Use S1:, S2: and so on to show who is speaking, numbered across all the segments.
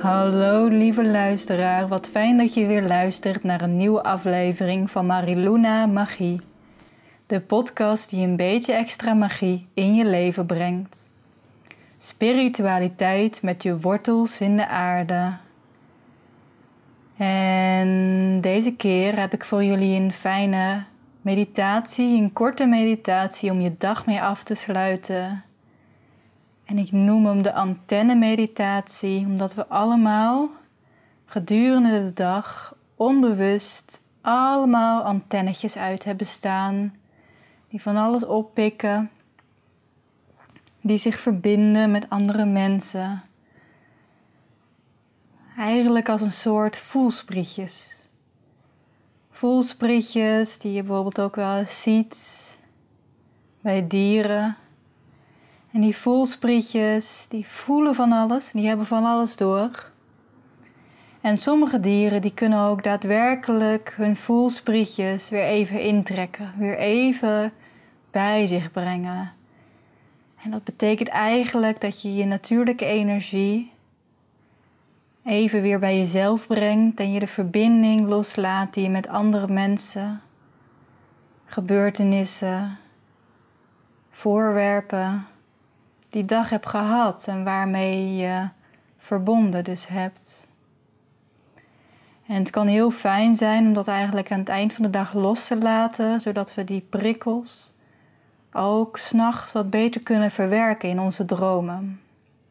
S1: Hallo lieve luisteraar, wat fijn dat je weer luistert naar een nieuwe aflevering van Mariluna Magie. De podcast die een beetje extra magie in je leven brengt. Spiritualiteit met je wortels in de aarde. En deze keer heb ik voor jullie een fijne meditatie, een korte meditatie om je dag mee af te sluiten. En ik noem hem de antenne-meditatie, omdat we allemaal gedurende de dag onbewust allemaal antennetjes uit hebben staan. Die van alles oppikken, die zich verbinden met andere mensen. Eigenlijk als een soort voelsprietjes. Voelsprietjes die je bijvoorbeeld ook wel eens ziet bij dieren. En die voelsprietjes, die voelen van alles, die hebben van alles door. En sommige dieren die kunnen ook daadwerkelijk hun voelsprietjes weer even intrekken, weer even bij zich brengen. En dat betekent eigenlijk dat je je natuurlijke energie even weer bij jezelf brengt en je de verbinding loslaat die je met andere mensen, gebeurtenissen, voorwerpen die dag hebt gehad en waarmee je verbonden dus hebt. En het kan heel fijn zijn om dat eigenlijk aan het eind van de dag los te laten, zodat we die prikkels ook 's nachts wat beter kunnen verwerken in onze dromen.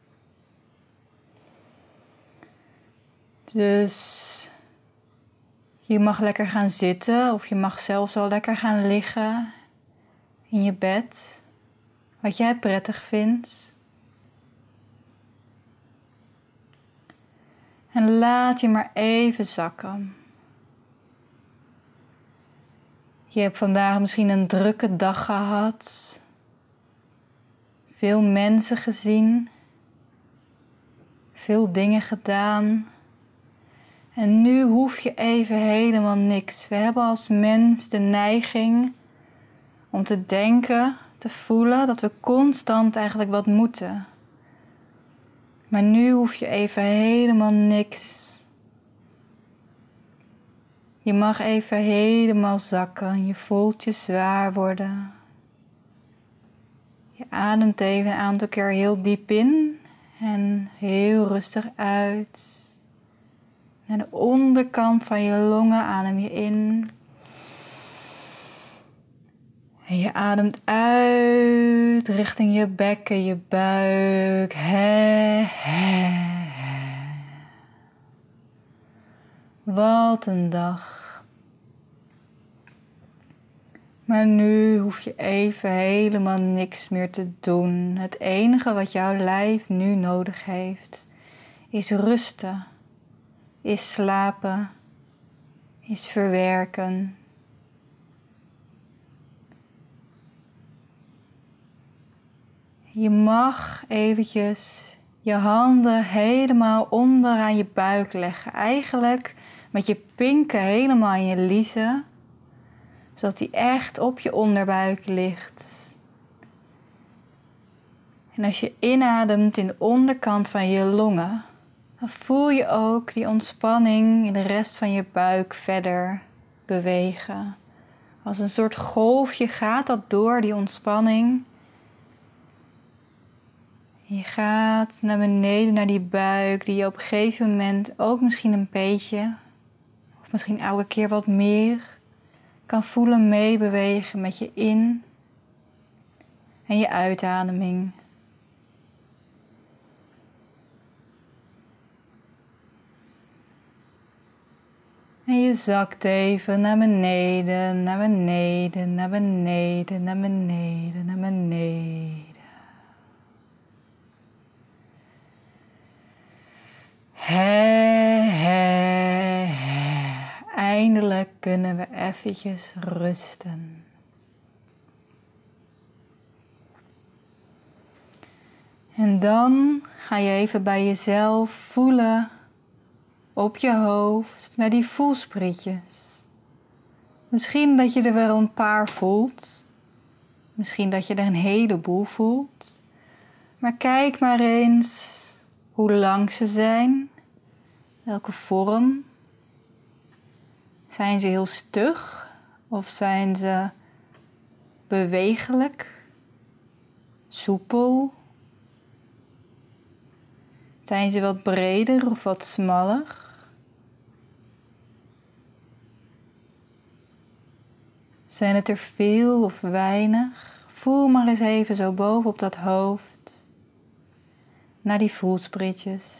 S1: Dus je mag lekker gaan zitten of je mag zelfs al lekker gaan liggen in je bed, wat jij prettig vindt. En laat je maar even zakken. Je hebt vandaag misschien een drukke dag gehad. Veel mensen gezien. Veel dingen gedaan. En nu hoef je even helemaal niks. We hebben als mens de neiging om te denken, te voelen dat we constant eigenlijk wat moeten. Maar nu hoef je even helemaal niks. Je mag even helemaal zakken. Je voelt je zwaar worden. Je ademt even een aantal keer heel diep in en heel rustig uit. Naar de onderkant van je longen adem je in. En je ademt uit richting je bekken, je buik. Wat een dag. Maar nu hoef je even helemaal niks meer te doen. Het enige wat jouw lijf nu nodig heeft, is rusten, is slapen, is verwerken. Je mag eventjes je handen helemaal onderaan je buik leggen. Eigenlijk met je pinken helemaal in je liezen. Zodat die echt op je onderbuik ligt. En als je inademt in de onderkant van je longen, dan voel je ook die ontspanning in de rest van je buik verder bewegen. Als een soort golfje gaat dat door, die ontspanning. Je gaat naar beneden, naar die buik, die je op een gegeven moment ook misschien een beetje, of misschien elke keer wat meer, kan voelen meebewegen met je in- en je uitademing. En je zakt even naar beneden, naar beneden, naar beneden, naar beneden, naar beneden. Eindelijk kunnen we eventjes rusten. En dan ga je even bij jezelf voelen op je hoofd naar die voelsprietjes. Misschien dat je er wel een paar voelt. Misschien dat je er een heleboel voelt. Maar kijk maar eens hoe lang ze zijn Welke vorm? Zijn ze heel stug of zijn ze bewegelijk, soepel? Zijn ze wat breder of wat smaller? Zijn het er veel of weinig? Voel maar eens even zo boven op dat hoofd, naar die voelsprietjes.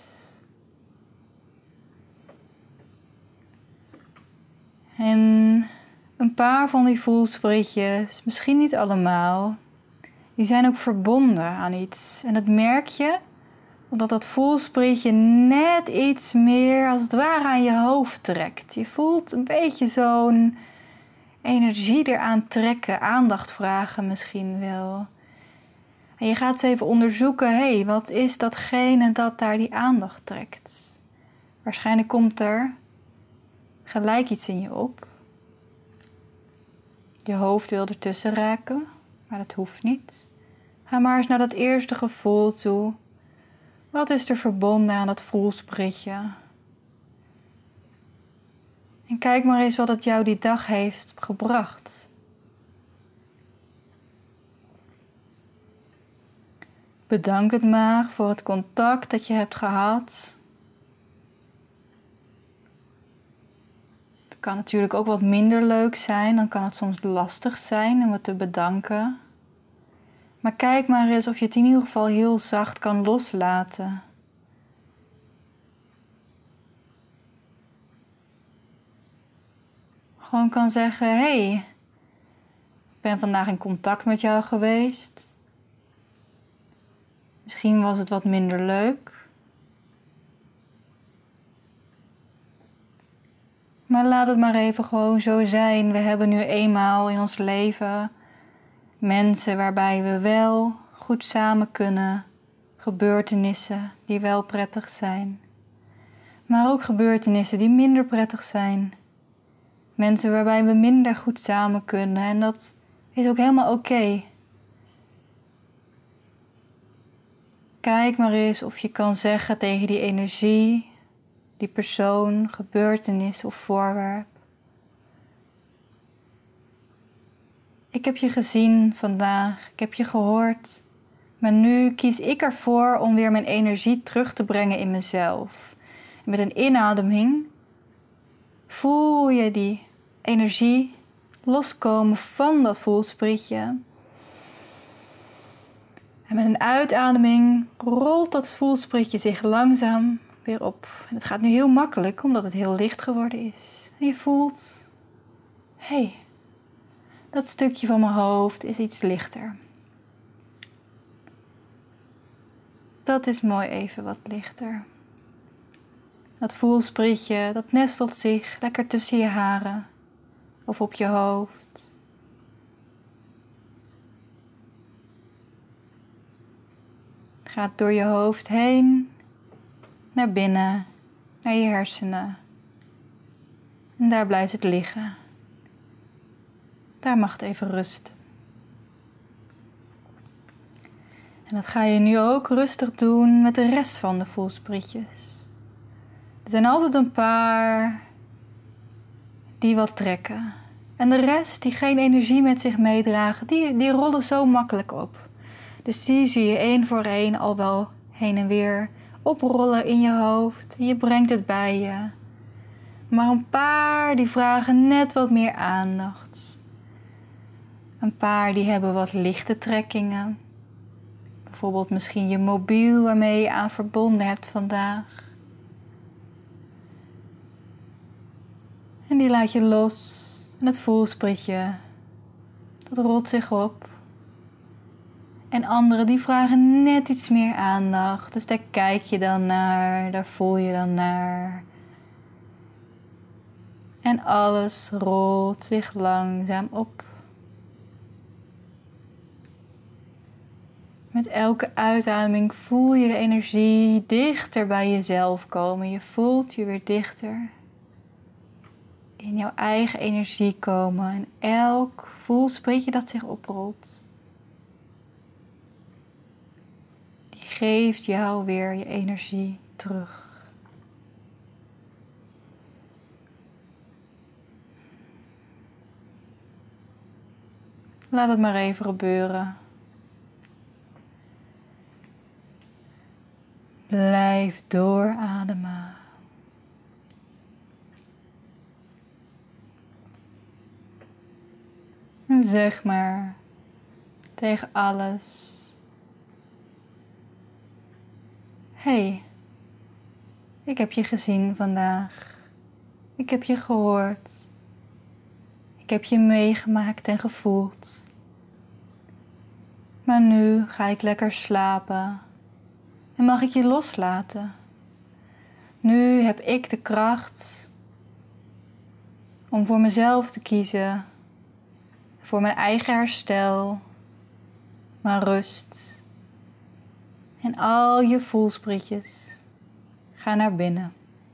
S1: En een paar van die voelsprietjes, misschien niet allemaal, die zijn ook verbonden aan iets. En dat merk je omdat dat voelsprietje net iets meer als het ware aan je hoofd trekt. Je voelt een beetje zo'n energie eraan trekken, aandacht vragen misschien wel. En je gaat eens even onderzoeken, wat is datgene dat daar die aandacht trekt? Waarschijnlijk komt er gelijk iets in je op. Je hoofd wil ertussen raken, maar dat hoeft niet. Ga maar eens naar dat eerste gevoel toe. Wat is er verbonden aan dat voelsprietje? En kijk maar eens wat het jou die dag heeft gebracht. Bedank het maar voor het contact dat je hebt gehad. Het kan natuurlijk ook wat minder leuk zijn. Dan kan het soms lastig zijn om het te bedanken. Maar kijk maar eens of je het in ieder geval heel zacht kan loslaten. Gewoon kan zeggen, ik ben vandaag in contact met jou geweest. Misschien was het wat minder leuk. Maar laat het maar even gewoon zo zijn. We hebben nu eenmaal in ons leven mensen waarbij we wel goed samen kunnen. Gebeurtenissen die wel prettig zijn. Maar ook gebeurtenissen die minder prettig zijn. Mensen waarbij we minder goed samen kunnen. En dat is ook helemaal oké. Kijk maar eens of je kan zeggen tegen die energie, die persoon, gebeurtenis of voorwerp. Ik heb je gezien vandaag, ik heb je gehoord. Maar nu kies ik ervoor om weer mijn energie terug te brengen in mezelf. En met een inademing voel je die energie loskomen van dat voelsprietje. En met een uitademing rolt dat voelsprietje zich langzaam weer op. En het gaat nu heel makkelijk, omdat het heel licht geworden is. En je voelt, dat stukje van mijn hoofd is iets lichter. Dat is mooi even wat lichter. Dat voelsprietje, dat nestelt zich lekker tussen je haren of op je hoofd. Gaat door je hoofd heen, naar binnen, naar je hersenen. En daar blijft het liggen. Daar mag het even rusten. En dat ga je nu ook rustig doen met de rest van de voelsprietjes. Er zijn altijd een paar die wat trekken. En de rest die geen energie met zich meedragen, die rollen zo makkelijk op. Dus die zie je één voor één al wel heen en weer oprollen in je hoofd. Je brengt het bij je. Maar een paar die vragen net wat meer aandacht. Een paar die hebben wat lichte trekkingen. Bijvoorbeeld misschien je mobiel waarmee je aan verbonden hebt vandaag. En die laat je los. En het voelsprietje, dat rolt zich op. En anderen die vragen net iets meer aandacht. Dus daar kijk je dan naar, daar voel je dan naar. En alles rolt zich langzaam op. Met elke uitademing voel je de energie dichter bij jezelf komen. Je voelt je weer dichter in jouw eigen energie komen. En elk voelsprietje dat zich oprolt, die geeft jou weer je energie terug. Laat het maar even gebeuren. Blijf doorademen. En zeg maar tegen alles: hey, ik heb je gezien vandaag. Ik heb je gehoord. Ik heb je meegemaakt en gevoeld. Maar nu ga ik lekker slapen en mag ik je loslaten. Nu heb ik de kracht om voor mezelf te kiezen, voor mijn eigen herstel, mijn rust. En al je voelsprietjes, ga naar binnen.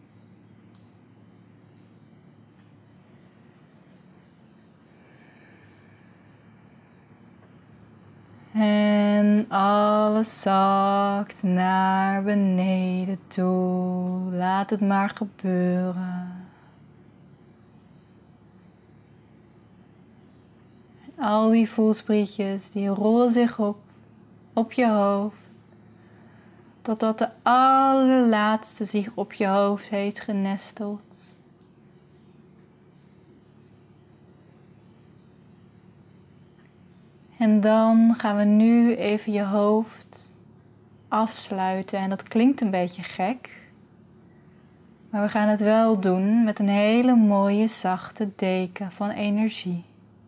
S1: En alles zakt naar beneden toe. Laat het maar gebeuren. En al die voelsprietjes die rollen zich op je hoofd. Totdat de allerlaatste zich op je hoofd heeft genesteld. En dan gaan we nu even je hoofd afsluiten. En dat klinkt een beetje gek. Maar we gaan het wel doen met een hele mooie zachte deken van energie.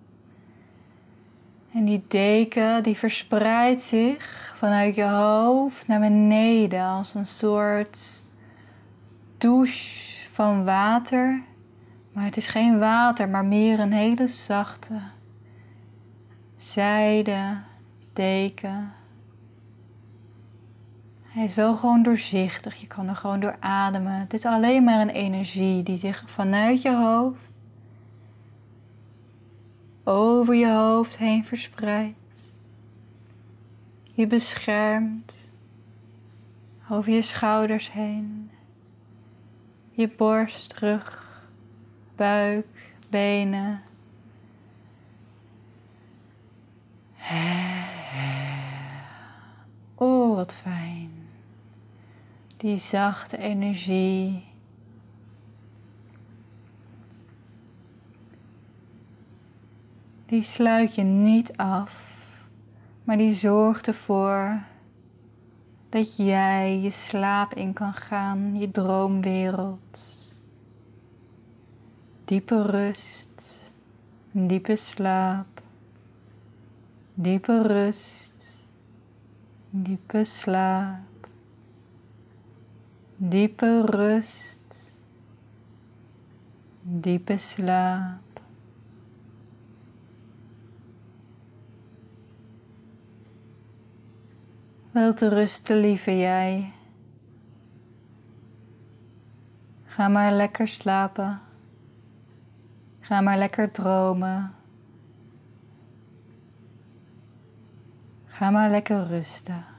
S1: En die deken die verspreidt zich vanuit je hoofd naar beneden als een soort douche van water. Maar het is geen water, maar meer een hele zachte zijde deken. Hij is wel gewoon doorzichtig, je kan er gewoon door ademen. Het is alleen maar een energie die zich vanuit je hoofd over je hoofd heen verspreidt. Je beschermt over je schouders heen. Je borst, rug, buik, benen. Oh, wat fijn. Die zachte energie. Die sluit je niet af, maar die zorgt ervoor dat jij je slaap in kan gaan, je droomwereld. Diepe rust, diepe slaap, diepe rust, diepe slaap, diepe rust, diepe slaap. Wel te rusten, lieve jij. Ga maar lekker slapen. Ga maar lekker dromen. Ga maar lekker rusten.